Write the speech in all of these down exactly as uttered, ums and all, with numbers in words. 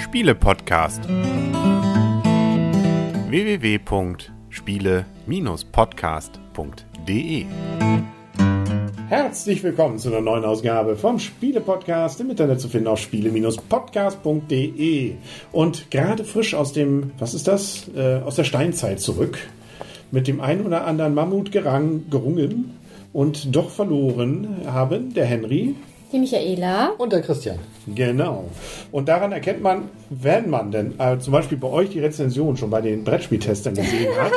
Spiele-Podcast. w w w punkt spiele Bindestrich podcast punkt de Herzlich willkommen zu einer neuen Ausgabe vom Spiele-Podcast, im Internet zu finden auf spiele Bindestrich podcast punkt de. Und gerade frisch aus dem, was ist das, äh, aus der Steinzeit zurück, mit dem einen oder anderen Mammut gerang, gerungen und doch verloren haben der Henry, die Michaela und der Christian. Genau. Und daran erkennt man, wenn man denn äh, zum Beispiel bei euch die Rezension schon bei den Brettspieltestern gesehen hat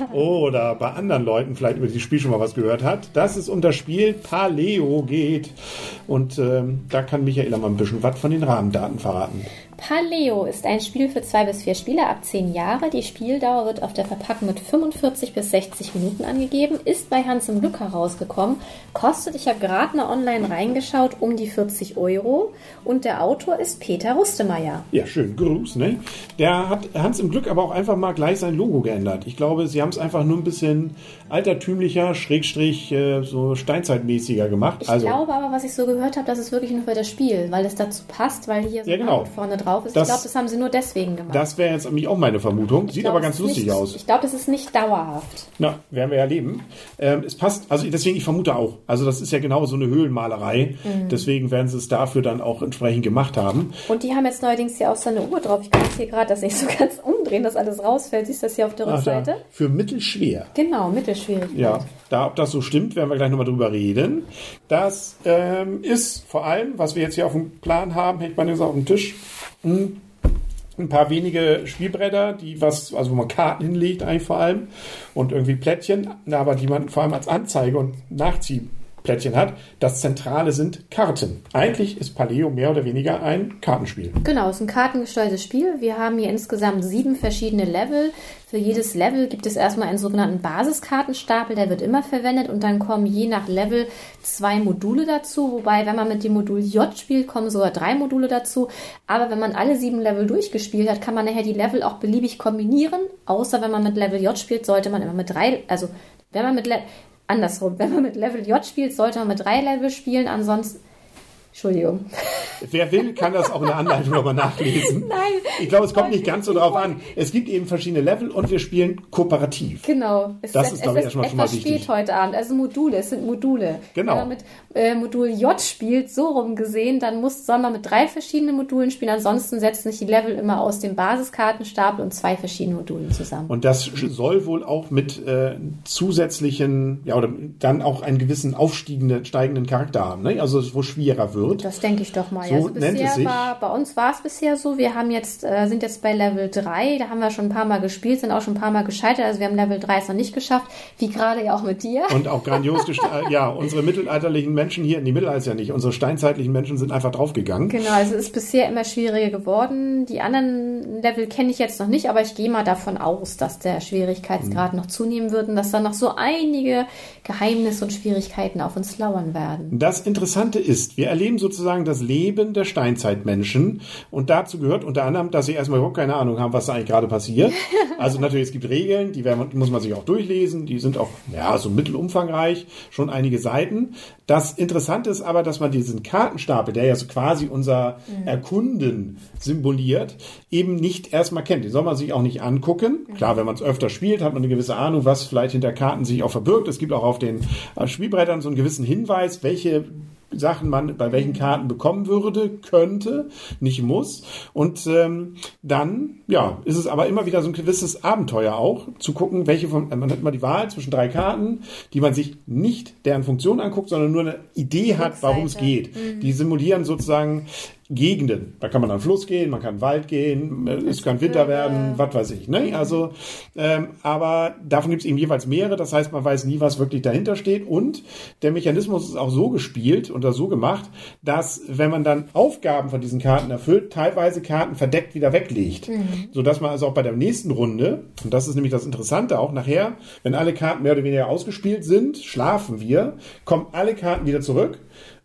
oder bei anderen Leuten vielleicht über das Spiel schon mal was gehört hat, dass es um das Spiel Paleo geht. Und ähm, da kann Michaela mal ein bisschen was von den Rahmendaten verraten. Paleo ist ein Spiel für zwei bis vier Spieler ab zehn Jahre. Die Spieldauer wird auf der Verpackung mit fünfundvierzig bis sechzig Minuten angegeben, ist bei Hans im Glück herausgekommen, kostet, ich habe gerade mal online reingeschaut, um die vierzig Euro und der Autor ist Peter Rustemeyer. Ja, schön, Gruß, ne? Der hat Hans im Glück aber auch einfach mal gleich sein Logo geändert. Ich glaube, sie haben es einfach nur ein bisschen altertümlicher, schrägstrich, äh, so steinzeitmäßiger gemacht. Ich also, glaube aber, was ich so gehört habe, das ist wirklich nur für das Spiel, weil es dazu passt, weil hier so ja, genau. ein vorne drauf ist. Das, ich glaube, das haben sie nur deswegen gemacht. Das wäre jetzt nämlich auch meine Vermutung. Sieht glaub, aber ganz lustig nicht, aus. Ich glaube, das ist nicht dauerhaft. Na, werden wir ja erleben. Ähm, es passt, also deswegen, ich vermute auch. Also das ist ja genau so eine Höhlenmalerei. Mhm. Deswegen werden sie es dafür dann auch entsprechend gemacht haben. Und die haben jetzt neuerdings hier auch so eine Uhr drauf. Ich kann jetzt hier gerade das nicht so ganz umdrehen, dass alles rausfällt. Siehst du das hier auf der Ach, Rückseite? da, für mittelschwer. Genau, mittelschwierig. Ja, da, ob das so stimmt, werden wir gleich nochmal drüber reden. Das ähm, ist vor allem, was wir jetzt hier auf dem Plan haben, hängt man jetzt auf dem Tisch, mh, ein paar wenige Spielbretter, die was, also wo man Karten hinlegt eigentlich vor allem und irgendwie Plättchen, aber die man vor allem als Anzeige und Nachziehplättchen hat. Das Zentrale sind Karten. Eigentlich ist Paleo mehr oder weniger ein Kartenspiel. Genau, es ist ein kartengesteuertes Spiel. Wir haben hier insgesamt sieben verschiedene Level. Für jedes Level gibt es erstmal einen sogenannten Basiskartenstapel, der wird immer verwendet und dann kommen je nach Level zwei Module dazu, wobei wenn man mit dem Modul J spielt, kommen sogar drei Module dazu, aber wenn man alle sieben Level durchgespielt hat, kann man nachher die Level auch beliebig kombinieren, außer wenn man mit Level J spielt, sollte man immer mit drei, also wenn man mit Le- andersrum, wenn man mit Level J spielt, sollte man mit drei Level spielen, ansonsten Entschuldigung. Wer will, kann das auch in der Anleitung nochmal nachlesen. Nein. Ich glaube, es kommt nicht ganz so drauf an. Es gibt eben verschiedene Level und wir spielen kooperativ. Genau. Es das ist, ist, glaube ich, erstmal schon mal wichtig. wichtig. Spät heute Abend. Also Module, es sind Module. Genau. Wenn man mit äh, Modul J spielt, so rum gesehen, dann muss, soll man mit drei verschiedenen Modulen spielen. Ansonsten setzen sich die Level immer aus dem Basiskartenstapel und zwei verschiedenen Modulen zusammen. Und das soll wohl auch mit äh, zusätzlichen, ja, oder dann auch einen gewissen aufsteigenden steigenden Charakter haben, ne? Also wo schwerer wird. Das denke ich doch mal. So also nennt bisher es sich. War, bei uns war es bisher so, wir haben jetzt, äh, sind jetzt bei Level drei, da haben wir schon ein paar Mal gespielt, sind auch schon ein paar Mal gescheitert, also wir haben Level drei es noch nicht geschafft, wie gerade ja auch mit dir. Und auch grandios, gest- ja, unsere mittelalterlichen Menschen hier, die Mittelalter ja nicht, unsere steinzeitlichen Menschen sind einfach draufgegangen. Genau, also es ist bisher immer schwieriger geworden. Die anderen Level kenne ich jetzt noch nicht, aber ich gehe mal davon aus, dass der Schwierigkeitsgrad mhm. noch zunehmen wird und dass dann noch so einige Geheimnisse und Schwierigkeiten auf uns lauern werden. Das Interessante ist, wir erleben sozusagen das Leben der Steinzeitmenschen und dazu gehört unter anderem, dass sie erstmal überhaupt keine Ahnung haben, was da eigentlich gerade passiert. Also natürlich, es gibt Regeln, die, werden, die muss man sich auch durchlesen, die sind auch ja, so mittelumfangreich, schon einige Seiten. Das Interessante ist aber, dass man diesen Kartenstapel, der ja so quasi unser mhm. Erkunden symboliert, eben nicht erstmal kennt. Den soll man sich auch nicht angucken. Mhm. Klar, wenn man es öfter spielt, hat man eine gewisse Ahnung, was vielleicht hinter Karten sich auch verbirgt. Es gibt auch auf den Spielbrettern so einen gewissen Hinweis, welche Sachen man bei welchen Karten bekommen würde, könnte, nicht muss. Und ähm, dann, ja, ist es aber immer wieder so ein gewisses Abenteuer auch, zu gucken, welche von, man hat immer die Wahl zwischen drei Karten, die man sich nicht deren Funktion anguckt, sondern nur eine Idee hat, warum es geht. Mhm. Die simulieren sozusagen Gegenden. Da kann man an den Fluss gehen, man kann in den Wald gehen, es, es kann Winter werden, was weiß ich. Ne? Also, ähm, aber davon gibt es eben jeweils mehrere. Das heißt, man weiß nie, was wirklich dahinter steht. Und der Mechanismus ist auch so gespielt oder so gemacht, dass, wenn man dann Aufgaben von diesen Karten erfüllt, teilweise Karten verdeckt wieder weglegt. Mhm. Sodass man also auch bei der nächsten Runde, und das ist nämlich das Interessante auch, nachher, wenn alle Karten mehr oder weniger ausgespielt sind, schlafen wir, kommen alle Karten wieder zurück.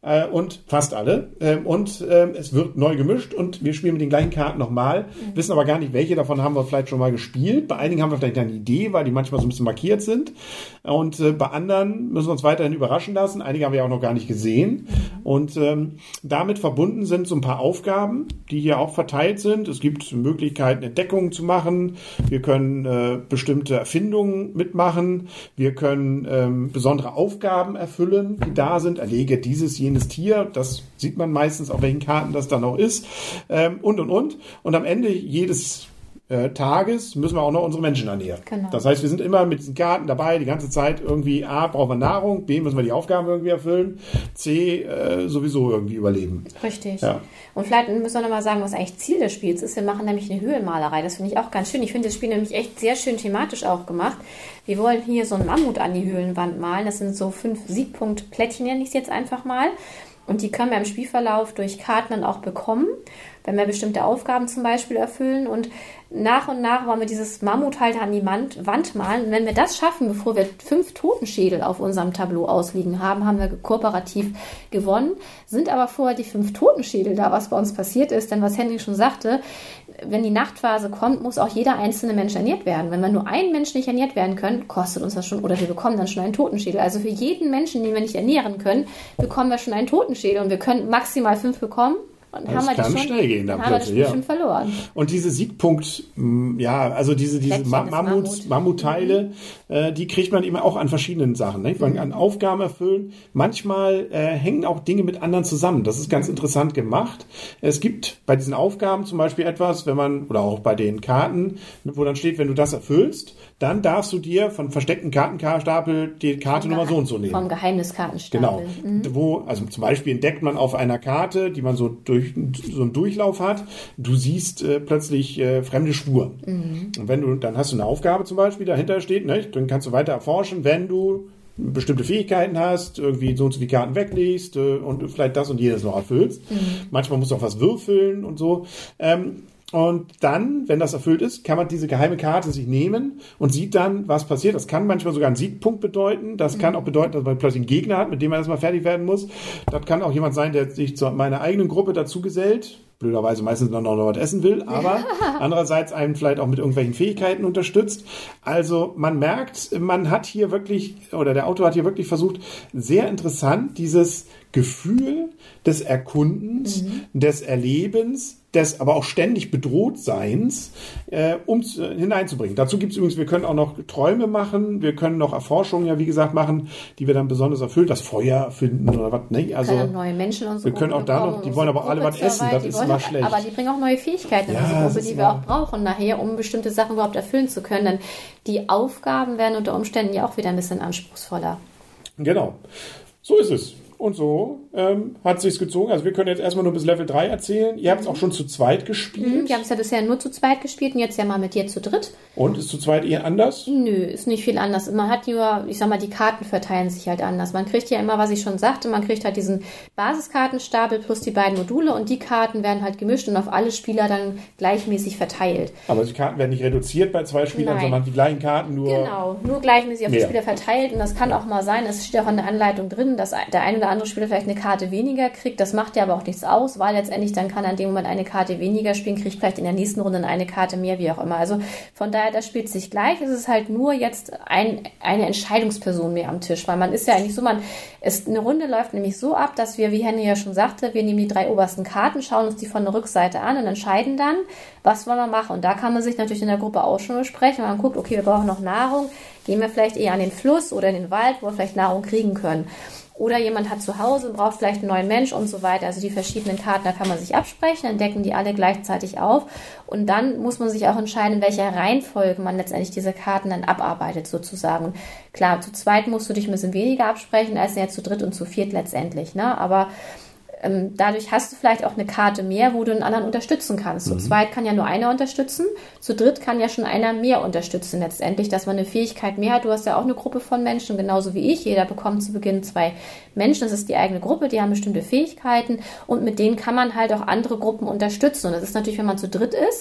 äh, und fast alle. Äh, und äh, es wird neu gemischt und wir spielen mit den gleichen Karten nochmal, mhm. wissen aber gar nicht, welche davon haben wir vielleicht schon mal gespielt. Bei einigen haben wir vielleicht eine Idee, weil die manchmal so ein bisschen markiert sind. Und äh, bei anderen müssen wir uns weiterhin überraschen lassen. Einige haben wir auch noch gar nicht gesehen. Mhm. Und ähm, damit verbunden sind so ein paar Aufgaben, die hier auch verteilt sind. Es gibt Möglichkeiten, Entdeckungen zu machen. Wir können äh, bestimmte Erfindungen mitmachen. Wir können ähm, besondere Aufgaben erfüllen, die da sind. Erlege dieses, jenes Tier. Das sieht man meistens, auf welchen Karten das dann auch ist. Ähm, und, und, und. Und am Ende jedes äh, Tages müssen wir auch noch unsere Menschen ernähren. Genau. Das heißt, wir sind immer mit diesen Karten dabei, die ganze Zeit irgendwie, A, brauchen wir Nahrung, B, müssen wir die Aufgaben irgendwie erfüllen, C, äh, sowieso irgendwie überleben. Richtig. Ja. Und vielleicht müssen wir nochmal sagen, was eigentlich Ziel des Spiels ist. Wir machen nämlich eine Höhlenmalerei. Das finde ich auch ganz schön. Ich finde das Spiel nämlich echt sehr schön thematisch auch gemacht. Wir wollen hier so einen Mammut an die Höhlenwand malen. Das sind so fünf Siegpunkt-Plättchen, nenne ich es jetzt einfach mal. Und die können wir im Spielverlauf durch Karten dann auch bekommen, wenn wir bestimmte Aufgaben zum Beispiel erfüllen. Und nach und nach wollen wir dieses Mammut halt an die Wand malen. Und wenn wir das schaffen, bevor wir fünf Totenschädel auf unserem Tableau ausliegen haben, haben wir kooperativ gewonnen. Sind aber vorher die fünf Totenschädel da, was bei uns passiert ist. Denn was Henry schon sagte, wenn die Nachtphase kommt, muss auch jeder einzelne Mensch ernährt werden. Wenn wir nur einen Menschen nicht ernährt werden können, kostet uns das schon, oder wir bekommen dann schon einen Totenschädel. Also für jeden Menschen, den wir nicht ernähren können, bekommen wir schon einen Totenschädel. Und wir können maximal fünf bekommen. Und das haben wir kann schon, schnell gehen. Dann haben wir das Spiel ja. schon verloren. Und diese Siegpunkt, ja, also diese, diese Ma- Mammut, Mammut. Mammutteile, mhm. äh, die kriegt man eben auch an verschiedenen Sachen. Ne? Man kann Aufgaben erfüllen. Manchmal äh, hängen auch Dinge mit anderen zusammen. Das ist ganz interessant gemacht. Es gibt bei diesen Aufgaben zum Beispiel etwas, wenn man, oder auch bei den Karten, wo dann steht, wenn du das erfüllst, dann darfst du dir von versteckten Kartenstapel die Karte Nummer so und so nehmen. Vom Geheimniskartenstapel. Genau. Mhm. Wo, also zum Beispiel entdeckt man auf einer Karte, die man so durch so einen Durchlauf hat, du siehst äh, plötzlich äh, fremde Spuren. Mhm. Und wenn du, dann hast du eine Aufgabe zum Beispiel, dahinter steht, ne, dann kannst du weiter erforschen, wenn du bestimmte Fähigkeiten hast, irgendwie so und so viele Karten weglegst äh, und vielleicht das und jenes noch erfüllst. Mhm. Manchmal musst du auch was würfeln und so. Ähm, Und dann, wenn das erfüllt ist, kann man diese geheime Karte sich nehmen und sieht dann, was passiert. Das kann manchmal sogar einen Siegpunkt bedeuten. Das mhm. kann auch bedeuten, dass man plötzlich einen Gegner hat, mit dem man erstmal fertig werden muss. Das kann auch jemand sein, der sich zu meiner eigenen Gruppe dazu gesellt. Blöderweise meistens noch noch was essen will, aber andererseits einen vielleicht auch mit irgendwelchen Fähigkeiten unterstützt. Also man merkt, man hat hier wirklich, oder der Autor hat hier wirklich versucht, sehr interessant dieses Gefühl des Erkundens, mhm. des Erlebens, des aber auch ständig Bedrohtseins äh, um äh, hineinzubringen. Dazu gibt es übrigens, wir können auch noch Träume machen, wir können noch Erforschungen, ja wie gesagt, machen, die wir dann besonders erfüllen, das Feuer finden oder was. Ne? Also können neue Menschen und so. Wir können auch da noch, die wollen aber alle was essen, das ist immer schlecht. Aber die bringen auch neue Fähigkeiten in ja, unsere Gruppe, die wir auch brauchen nachher, um bestimmte Sachen überhaupt erfüllen zu können. Denn die Aufgaben werden unter Umständen ja auch wieder ein bisschen anspruchsvoller. Genau. So ist es. Und so ähm, hat es sich gezogen. Also wir können jetzt erstmal nur bis Level drei erzählen. Ihr habt es auch schon zu zweit gespielt. Mhm, wir haben es ja bisher nur zu zweit gespielt und jetzt ja mal mit dir zu dritt. Und ist zu zweit eher anders? Nö, ist nicht viel anders. Man hat nur, ich sag mal, die Karten verteilen sich halt anders. Man kriegt ja immer, was ich schon sagte, man kriegt halt diesen Basiskartenstapel plus die beiden Module und die Karten werden halt gemischt und auf alle Spieler dann gleichmäßig verteilt. Aber die Karten werden nicht reduziert bei zwei Spielern, Nein. sondern die gleichen Karten nur... Genau, nur gleichmäßig auf mehr. die Spieler verteilt und das kann auch mal sein, es steht auch in der Anleitung drin, dass der eine oder andere Spieler vielleicht eine Karte weniger kriegt. Das macht ja aber auch nichts aus, weil letztendlich dann kann er in dem Moment eine Karte weniger spielen, kriegt vielleicht in der nächsten Runde eine Karte mehr, wie auch immer. Also von daher, das spielt sich gleich. Es ist halt nur jetzt ein, eine Entscheidungsperson mehr am Tisch, weil man ist ja eigentlich so, man ist, eine Runde läuft nämlich so ab, dass wir, wie Henry ja schon sagte, wir nehmen die drei obersten Karten, schauen uns die von der Rückseite an und entscheiden dann, was wollen wir machen. Und da kann man sich natürlich in der Gruppe auch schon besprechen, wenn man guckt, okay, wir brauchen noch Nahrung, gehen wir vielleicht eher an den Fluss oder in den Wald, wo wir vielleicht Nahrung kriegen können. Oder jemand hat zu Hause und braucht vielleicht einen neuen Mensch und so weiter. Also die verschiedenen Karten, da kann man sich absprechen, dann decken die alle gleichzeitig auf. Und dann muss man sich auch entscheiden, in welcher Reihenfolge man letztendlich diese Karten dann abarbeitet sozusagen. Klar, zu zweit musst du dich ein bisschen weniger absprechen, als jetzt zu dritt und zu viert letztendlich. Ne? Aber ähm, dadurch hast du vielleicht auch eine Karte mehr, wo du einen anderen unterstützen kannst. Mhm. Zu zweit kann ja nur einer unterstützen, zu dritt kann ja schon einer mehr unterstützen letztendlich, dass man eine Fähigkeit mehr hat. Du hast ja auch eine Gruppe von Menschen, genauso wie ich. Jeder bekommt zu Beginn zwei Menschen, das ist die eigene Gruppe, die haben bestimmte Fähigkeiten und mit denen kann man halt auch andere Gruppen unterstützen. Und das ist natürlich, wenn man zu dritt ist,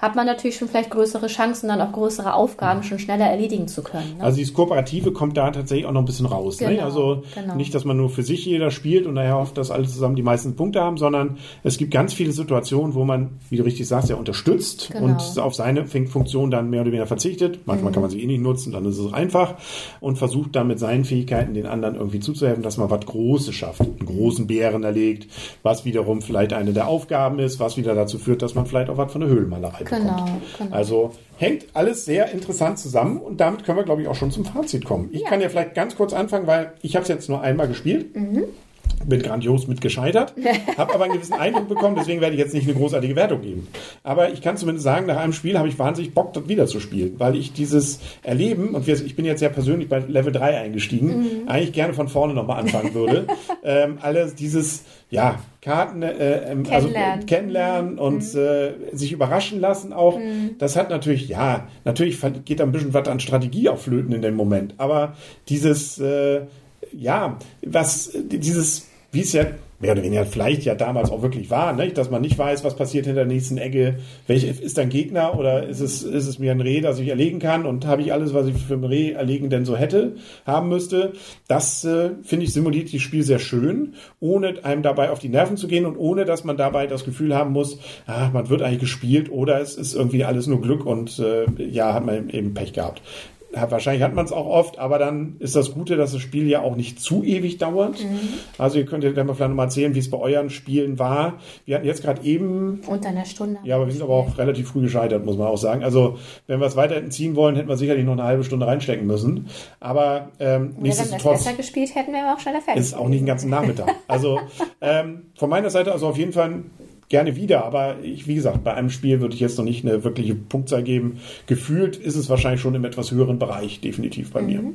hat man natürlich schon vielleicht größere Chancen, dann auch größere Aufgaben schon schneller erledigen zu können. Ne? Also dieses Kooperative kommt da tatsächlich auch noch ein bisschen raus. Genau, ne? Also genau. nicht, dass man nur für sich jeder spielt und daher hofft, dass alle zusammen die meisten Punkte haben, sondern es gibt ganz viele Situationen, wo man, wie du richtig sagst, ja unterstützt Genau. und auf seine Funktion dann mehr oder weniger verzichtet. Manchmal mhm. kann man sie eh nicht nutzen, dann ist es einfach und versucht dann mit seinen Fähigkeiten den anderen irgendwie zuzuhelfen, dass man was Großes schafft, einen großen Bären erlegt, was wiederum vielleicht eine der Aufgaben ist, was wieder dazu führt, dass man vielleicht auch was von der Höhlenmalerei bekommt. Genau, genau. Also hängt alles sehr interessant zusammen und damit können wir, glaube ich, auch schon zum Fazit kommen. Ich ja. kann ja vielleicht ganz kurz anfangen, weil ich habe es jetzt nur einmal gespielt. Mhm. Bin grandios mit gescheitert, habe aber einen gewissen Eindruck bekommen, deswegen werde ich jetzt nicht eine großartige Wertung geben. Aber ich kann zumindest sagen, nach einem Spiel habe ich wahnsinnig Bock, das wieder zu spielen, weil ich dieses Erleben, und ich bin jetzt ja persönlich bei Level drei eingestiegen, mhm. eigentlich gerne von vorne nochmal anfangen würde. ähm, alles dieses, ja, Karten äh, ähm, kennenlernen, also, kennenlernen und mhm. äh, sich überraschen lassen auch. Mhm. Das hat natürlich, ja, natürlich geht da ein bisschen was an Strategie auch flöten in dem Moment, aber dieses, äh, ja, was, dieses, wie es ja mehr oder weniger vielleicht ja damals auch wirklich war, ne? Dass man nicht weiß, was passiert hinter der nächsten Ecke, welche ist ein Gegner oder ist es, ist es mir ein Reh, das ich erlegen kann und habe ich alles, was ich für ein Reh erlegen denn so hätte, haben müsste. Das, äh, finde ich, simuliert das Spiel sehr schön, ohne einem dabei auf die Nerven zu gehen und ohne, dass man dabei das Gefühl haben muss, ah, man wird eigentlich gespielt oder es ist irgendwie alles nur Glück und äh, ja, hat man eben Pech gehabt. Wahrscheinlich hat man es auch oft, aber dann ist das Gute, dass das Spiel ja auch nicht zu ewig dauert. Mhm. Also ihr könnt ja gleich mal vielleicht nochmal erzählen, wie es bei euren Spielen war. Wir hatten jetzt gerade eben... Unter einer Stunde. Ja, aber wir sind aber auch relativ früh gescheitert, muss man auch sagen. Also wenn wir es weiter hätten ziehen wollen, hätten wir sicherlich noch eine halbe Stunde reinstecken müssen. Aber ähm, nichtsdestotrotz... Wenn wir es besser gespielt hätten, wären wir auch schneller fertig. Ist auch nicht den ganzen Nachmittag. Also ähm, von meiner Seite also auf jeden Fall... gerne wieder, aber ich, wie gesagt, bei einem Spiel würde ich jetzt noch nicht eine wirkliche Punktzahl geben. Gefühlt ist es wahrscheinlich schon im etwas höheren Bereich, definitiv bei mhm. mir.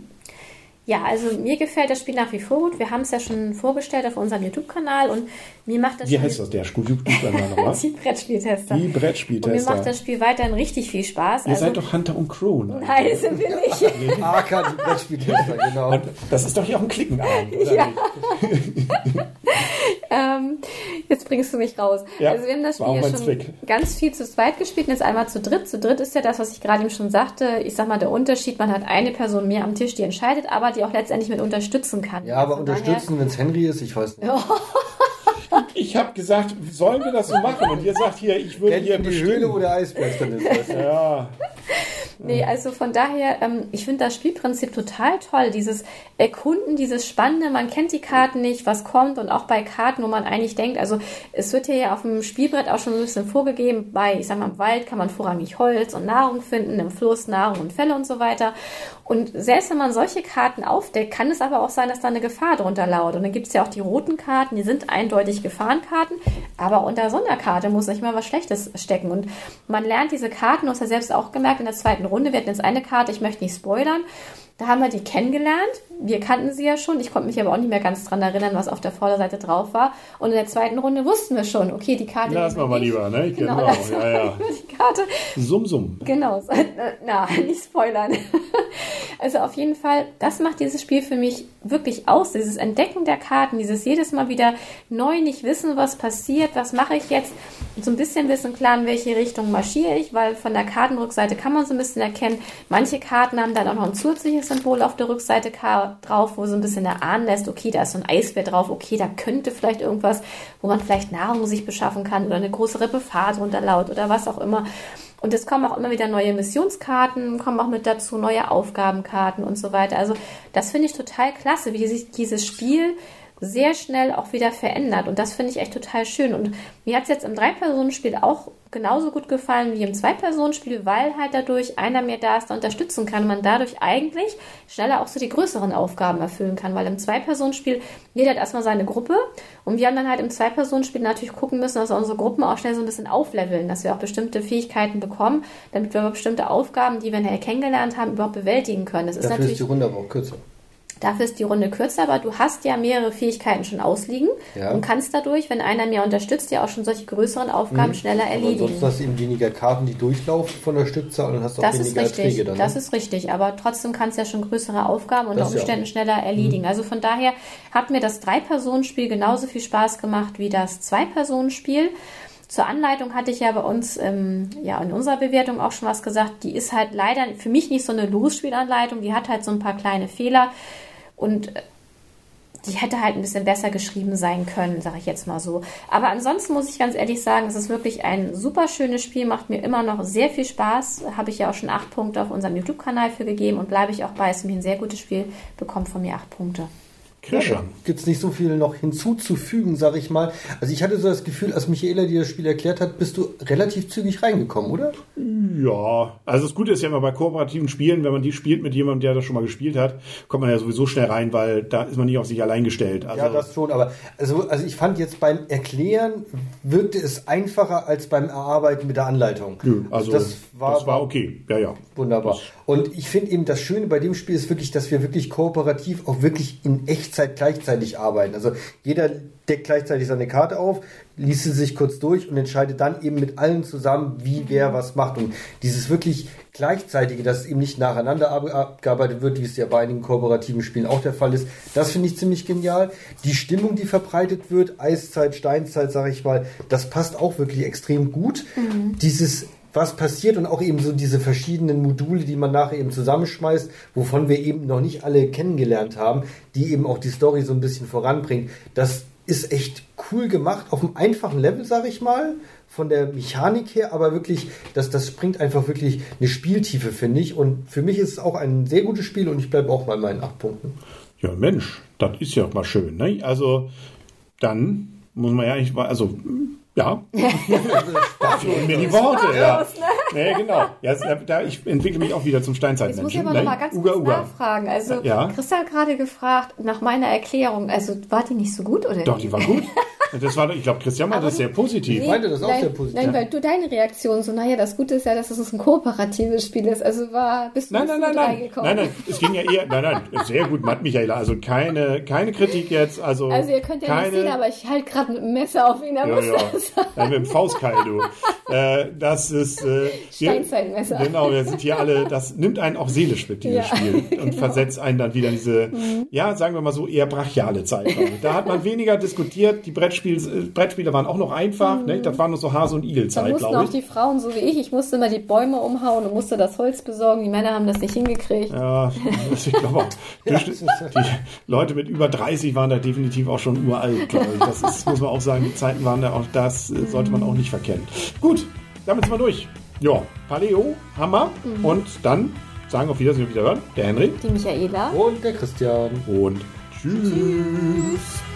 Ja, also mir gefällt das Spiel nach wie vor gut. Wir haben es ja schon vorgestellt auf unserem YouTube-Kanal und mir macht das Wie Spiel... heißt das, der YouTube-Kanal nochmal? Die Brettspieltester. Die Brettspieltester. Und mir macht das Spiel weiterhin richtig viel Spaß. Ihr also, seid doch Hunter und Crow. Nein, nein sind wir nicht. A K, die Brettspieltester, genau. Und das ist doch hier auch ein Klickenabend, oder? Ja. ähm, jetzt bringst du mich raus. Ja, also wir haben das Spiel ja schon Zweck. ganz viel zu zweit gespielt und jetzt einmal zu dritt. Zu dritt ist ja das, was ich gerade eben schon sagte. Ich sag mal, der Unterschied, man hat eine Person mehr am Tisch, die entscheidet, aber die auch letztendlich mit unterstützen kann. Ja, aber unterstützen, wenn es Henry ist, ich weiß nicht. Ich habe gesagt, sollen wir das so machen? Und ihr sagt hier, ich würde hier in die bestimmen. Höhle, wo der Eisberg dann ist. Ja. Nee, also von daher, ähm, ich finde das Spielprinzip total toll. Dieses Erkunden, dieses Spannende, man kennt die Karten nicht, was kommt und auch bei Karten, wo man eigentlich denkt, also es wird hier ja auf dem Spielbrett auch schon ein bisschen vorgegeben, bei, ich sag mal, im Wald kann man vorrangig Holz und Nahrung finden, im Fluss Nahrung und Felle und so weiter. Und selbst wenn man solche Karten aufdeckt, kann es aber auch sein, dass da eine Gefahr drunter lauert. Und dann gibt es ja auch die roten Karten, die sind eindeutig Gefahrenkarten, aber unter so einer Karte muss nicht mal was Schlechtes stecken. Und man lernt diese Karten, du hast ja selbst auch gemerkt, in der zweiten Runde, wir hatten jetzt eine Karte, ich möchte nicht spoilern, da haben wir die kennengelernt. Wir kannten sie ja schon. Ich konnte mich aber auch nicht mehr ganz dran erinnern, was auf der Vorderseite drauf war. Und in der zweiten Runde wussten wir schon, okay, die Karte... Lass mal mal lieber, ne? Ich genau, genau. Ja, ja. Die Karte. Summ, summ. Genau. Na, nicht spoilern. Also auf jeden Fall, das macht dieses Spiel für mich wirklich aus. Dieses Entdecken der Karten, dieses jedes Mal wieder neu nicht wissen, was passiert, was mache ich jetzt. Und so ein bisschen wissen klar, in welche Richtung marschiere ich, weil von der Kartenrückseite kann man so ein bisschen erkennen, manche Karten haben dann auch noch ein zusätzliches Symbol auf der Rückseite drauf, wo so ein bisschen erahnen lässt, okay, da ist so ein Eisbär drauf, okay, da könnte vielleicht irgendwas, wo man vielleicht Nahrung sich beschaffen kann oder eine größere Gefahr drunter laut oder was auch immer. Und es kommen auch immer wieder neue Missionskarten, kommen auch mit dazu, neue Aufgabenkarten und so weiter. Also das finde ich total klasse, wie sich dieses Spiel sehr schnell auch wieder verändert. Und das finde ich echt total schön. Und mir hat es jetzt im Drei-Personen-Spiel auch genauso gut gefallen wie im Zwei-Personen-Spiel, weil halt dadurch einer mehr da ist, der unterstützen kann und man dadurch eigentlich schneller auch so die größeren Aufgaben erfüllen kann. Weil im Zwei-Personen-Spiel, jeder hat erstmal seine Gruppe und wir haben dann halt im Zwei-Personen-Spiel natürlich gucken müssen, dass wir unsere Gruppen auch schnell so ein bisschen aufleveln, dass wir auch bestimmte Fähigkeiten bekommen, damit wir bestimmte Aufgaben, die wir nachher kennengelernt haben, überhaupt bewältigen können. Das ist Dafür natürlich ist die Runde aber auch kürzer. Dafür ist die Runde kürzer, aber du hast ja mehrere Fähigkeiten schon ausliegen ja. und kannst dadurch, wenn einer mehr unterstützt, ja auch schon solche größeren Aufgaben mhm. schneller erledigen. Aber sonst hast du eben weniger Karten, die durchlaufen von der Stückzahl und hast auch das weniger ist richtig, Erträge dann. Das ne? ist richtig, aber trotzdem kannst du ja schon größere Aufgaben unter das Umständen ja schneller erledigen. Mhm. Also von daher hat mir das Drei-Personen-Spiel genauso viel Spaß gemacht wie das Zwei-Personen-Spiel. Zur Anleitung hatte ich ja bei uns ähm, ja in unserer Bewertung auch schon was gesagt. Die ist halt leider für mich nicht so eine Losspielanleitung. Die hat halt so ein paar kleine Fehler und die hätte halt ein bisschen besser geschrieben sein können, sage ich jetzt mal so. Aber ansonsten muss ich ganz ehrlich sagen, es ist wirklich ein super schönes Spiel, macht mir immer noch sehr viel Spaß. Habe ich ja auch schon acht Punkte auf unserem YouTube-Kanal für gegeben und bleibe ich auch bei. Es ist nämlich ein sehr gutes Spiel, bekommt von mir acht Punkte. Ja, gibt es nicht so viel noch hinzuzufügen, sage ich mal. Also ich hatte so das Gefühl, als Michaela dir das Spiel erklärt hat, bist du relativ zügig reingekommen, oder? Ja, also das Gute ist ja immer bei kooperativen Spielen, wenn man die spielt mit jemandem, der das schon mal gespielt hat, kommt man ja sowieso schnell rein, weil da ist man nicht auf sich allein gestellt. Also ja, das schon, aber also, also ich fand jetzt beim Erklären wirkte es einfacher als beim Erarbeiten mit der Anleitung. Ja, also das war, das war okay, ja, ja. Wunderbar. Das Und ich finde eben, das Schöne bei dem Spiel ist wirklich, dass wir wirklich kooperativ auch wirklich in Echtzeit gleichzeitig arbeiten. Also jeder deckt gleichzeitig seine Karte auf, liest sie sich kurz durch und entscheidet dann eben mit allen zusammen, wie wer was macht. Und dieses wirklich Gleichzeitige, dass es eben nicht nacheinander abgearbeitet wird, wie es ja bei einigen kooperativen Spielen auch der Fall ist, das finde ich ziemlich genial. Die Stimmung, die verbreitet wird, Eiszeit, Steinzeit, sage ich mal, das passt auch wirklich extrem gut. Mhm. Dieses was passiert und auch eben so diese verschiedenen Module, die man nachher eben zusammenschmeißt, wovon wir eben noch nicht alle kennengelernt haben, die eben auch die Story so ein bisschen voranbringt. Das ist echt cool gemacht, auf einem einfachen Level, sage ich mal, von der Mechanik her, aber wirklich, das, das bringt einfach wirklich eine Spieltiefe, finde ich. Und für mich ist es auch ein sehr gutes Spiel und ich bleibe auch bei meinen acht Punkten. Ja, Mensch, das ist ja mal schön, ne? Also, dann muss man ja eigentlich, also, ja, da fehlen mir die Worte. Ja, nee, genau. Ja, da, ich entwickle mich auch wieder zum Steinzeitmenschen. Jetzt muss ich aber noch mal ganz kurz Uga, nachfragen. Also, ja. Christian hat gerade gefragt, nach meiner Erklärung, also war die nicht so gut, oder? Doch, die war gut. Das war, ich glaube, Christian meinte das sehr positiv. Nee, ich meinte das auch nein, sehr positiv. Nein, weil du deine Reaktion so, naja, das Gute ist ja, dass es ein kooperatives Spiel ist. Also war, bist du nein, nein, nein, nein, reingekommen? Nein, nein, es ging ja eher, nein, nein, sehr gut, Matt Michaela, also keine, keine Kritik jetzt, also. Also ihr könnt ja keine, nicht sehen, aber ich halte gerade mit dem Messer auf ihn, da ja, muss ja. das sein. Nein, mit dem Faustkeil, du. äh, das ist, äh, Steinzeitmesser. Genau, wir sind hier alle, das nimmt einen auch seelisch mit, dieses ja, Spiel. Und genau. versetzt einen dann wieder in diese, mhm. ja, sagen wir mal so, eher brachiale Zeit. Da hat man weniger diskutiert, die Brettspiele, Brettspiele waren auch noch einfach, mhm. ne? Das waren nur so Hase- und Igel-Zeit, glaube ich. Da mussten auch die Frauen, so wie ich, ich musste immer die Bäume umhauen und musste das Holz besorgen. Die Männer haben das nicht hingekriegt. Ja, ich glaube auch. ja, die Leute mit über dreißig waren da definitiv auch schon uralt, glaube ich. Das ist, muss man auch sagen, die Zeiten waren da auch, das mhm. sollte man auch nicht verkennen. Gut, damit sind wir durch. Ja, Paleo, Hammer. Mhm. Und dann sagen wir auf Wiedersehen und Wiederhören. Der Henry. Die Michaela. Und der Christian. Und tschüss. tschüss.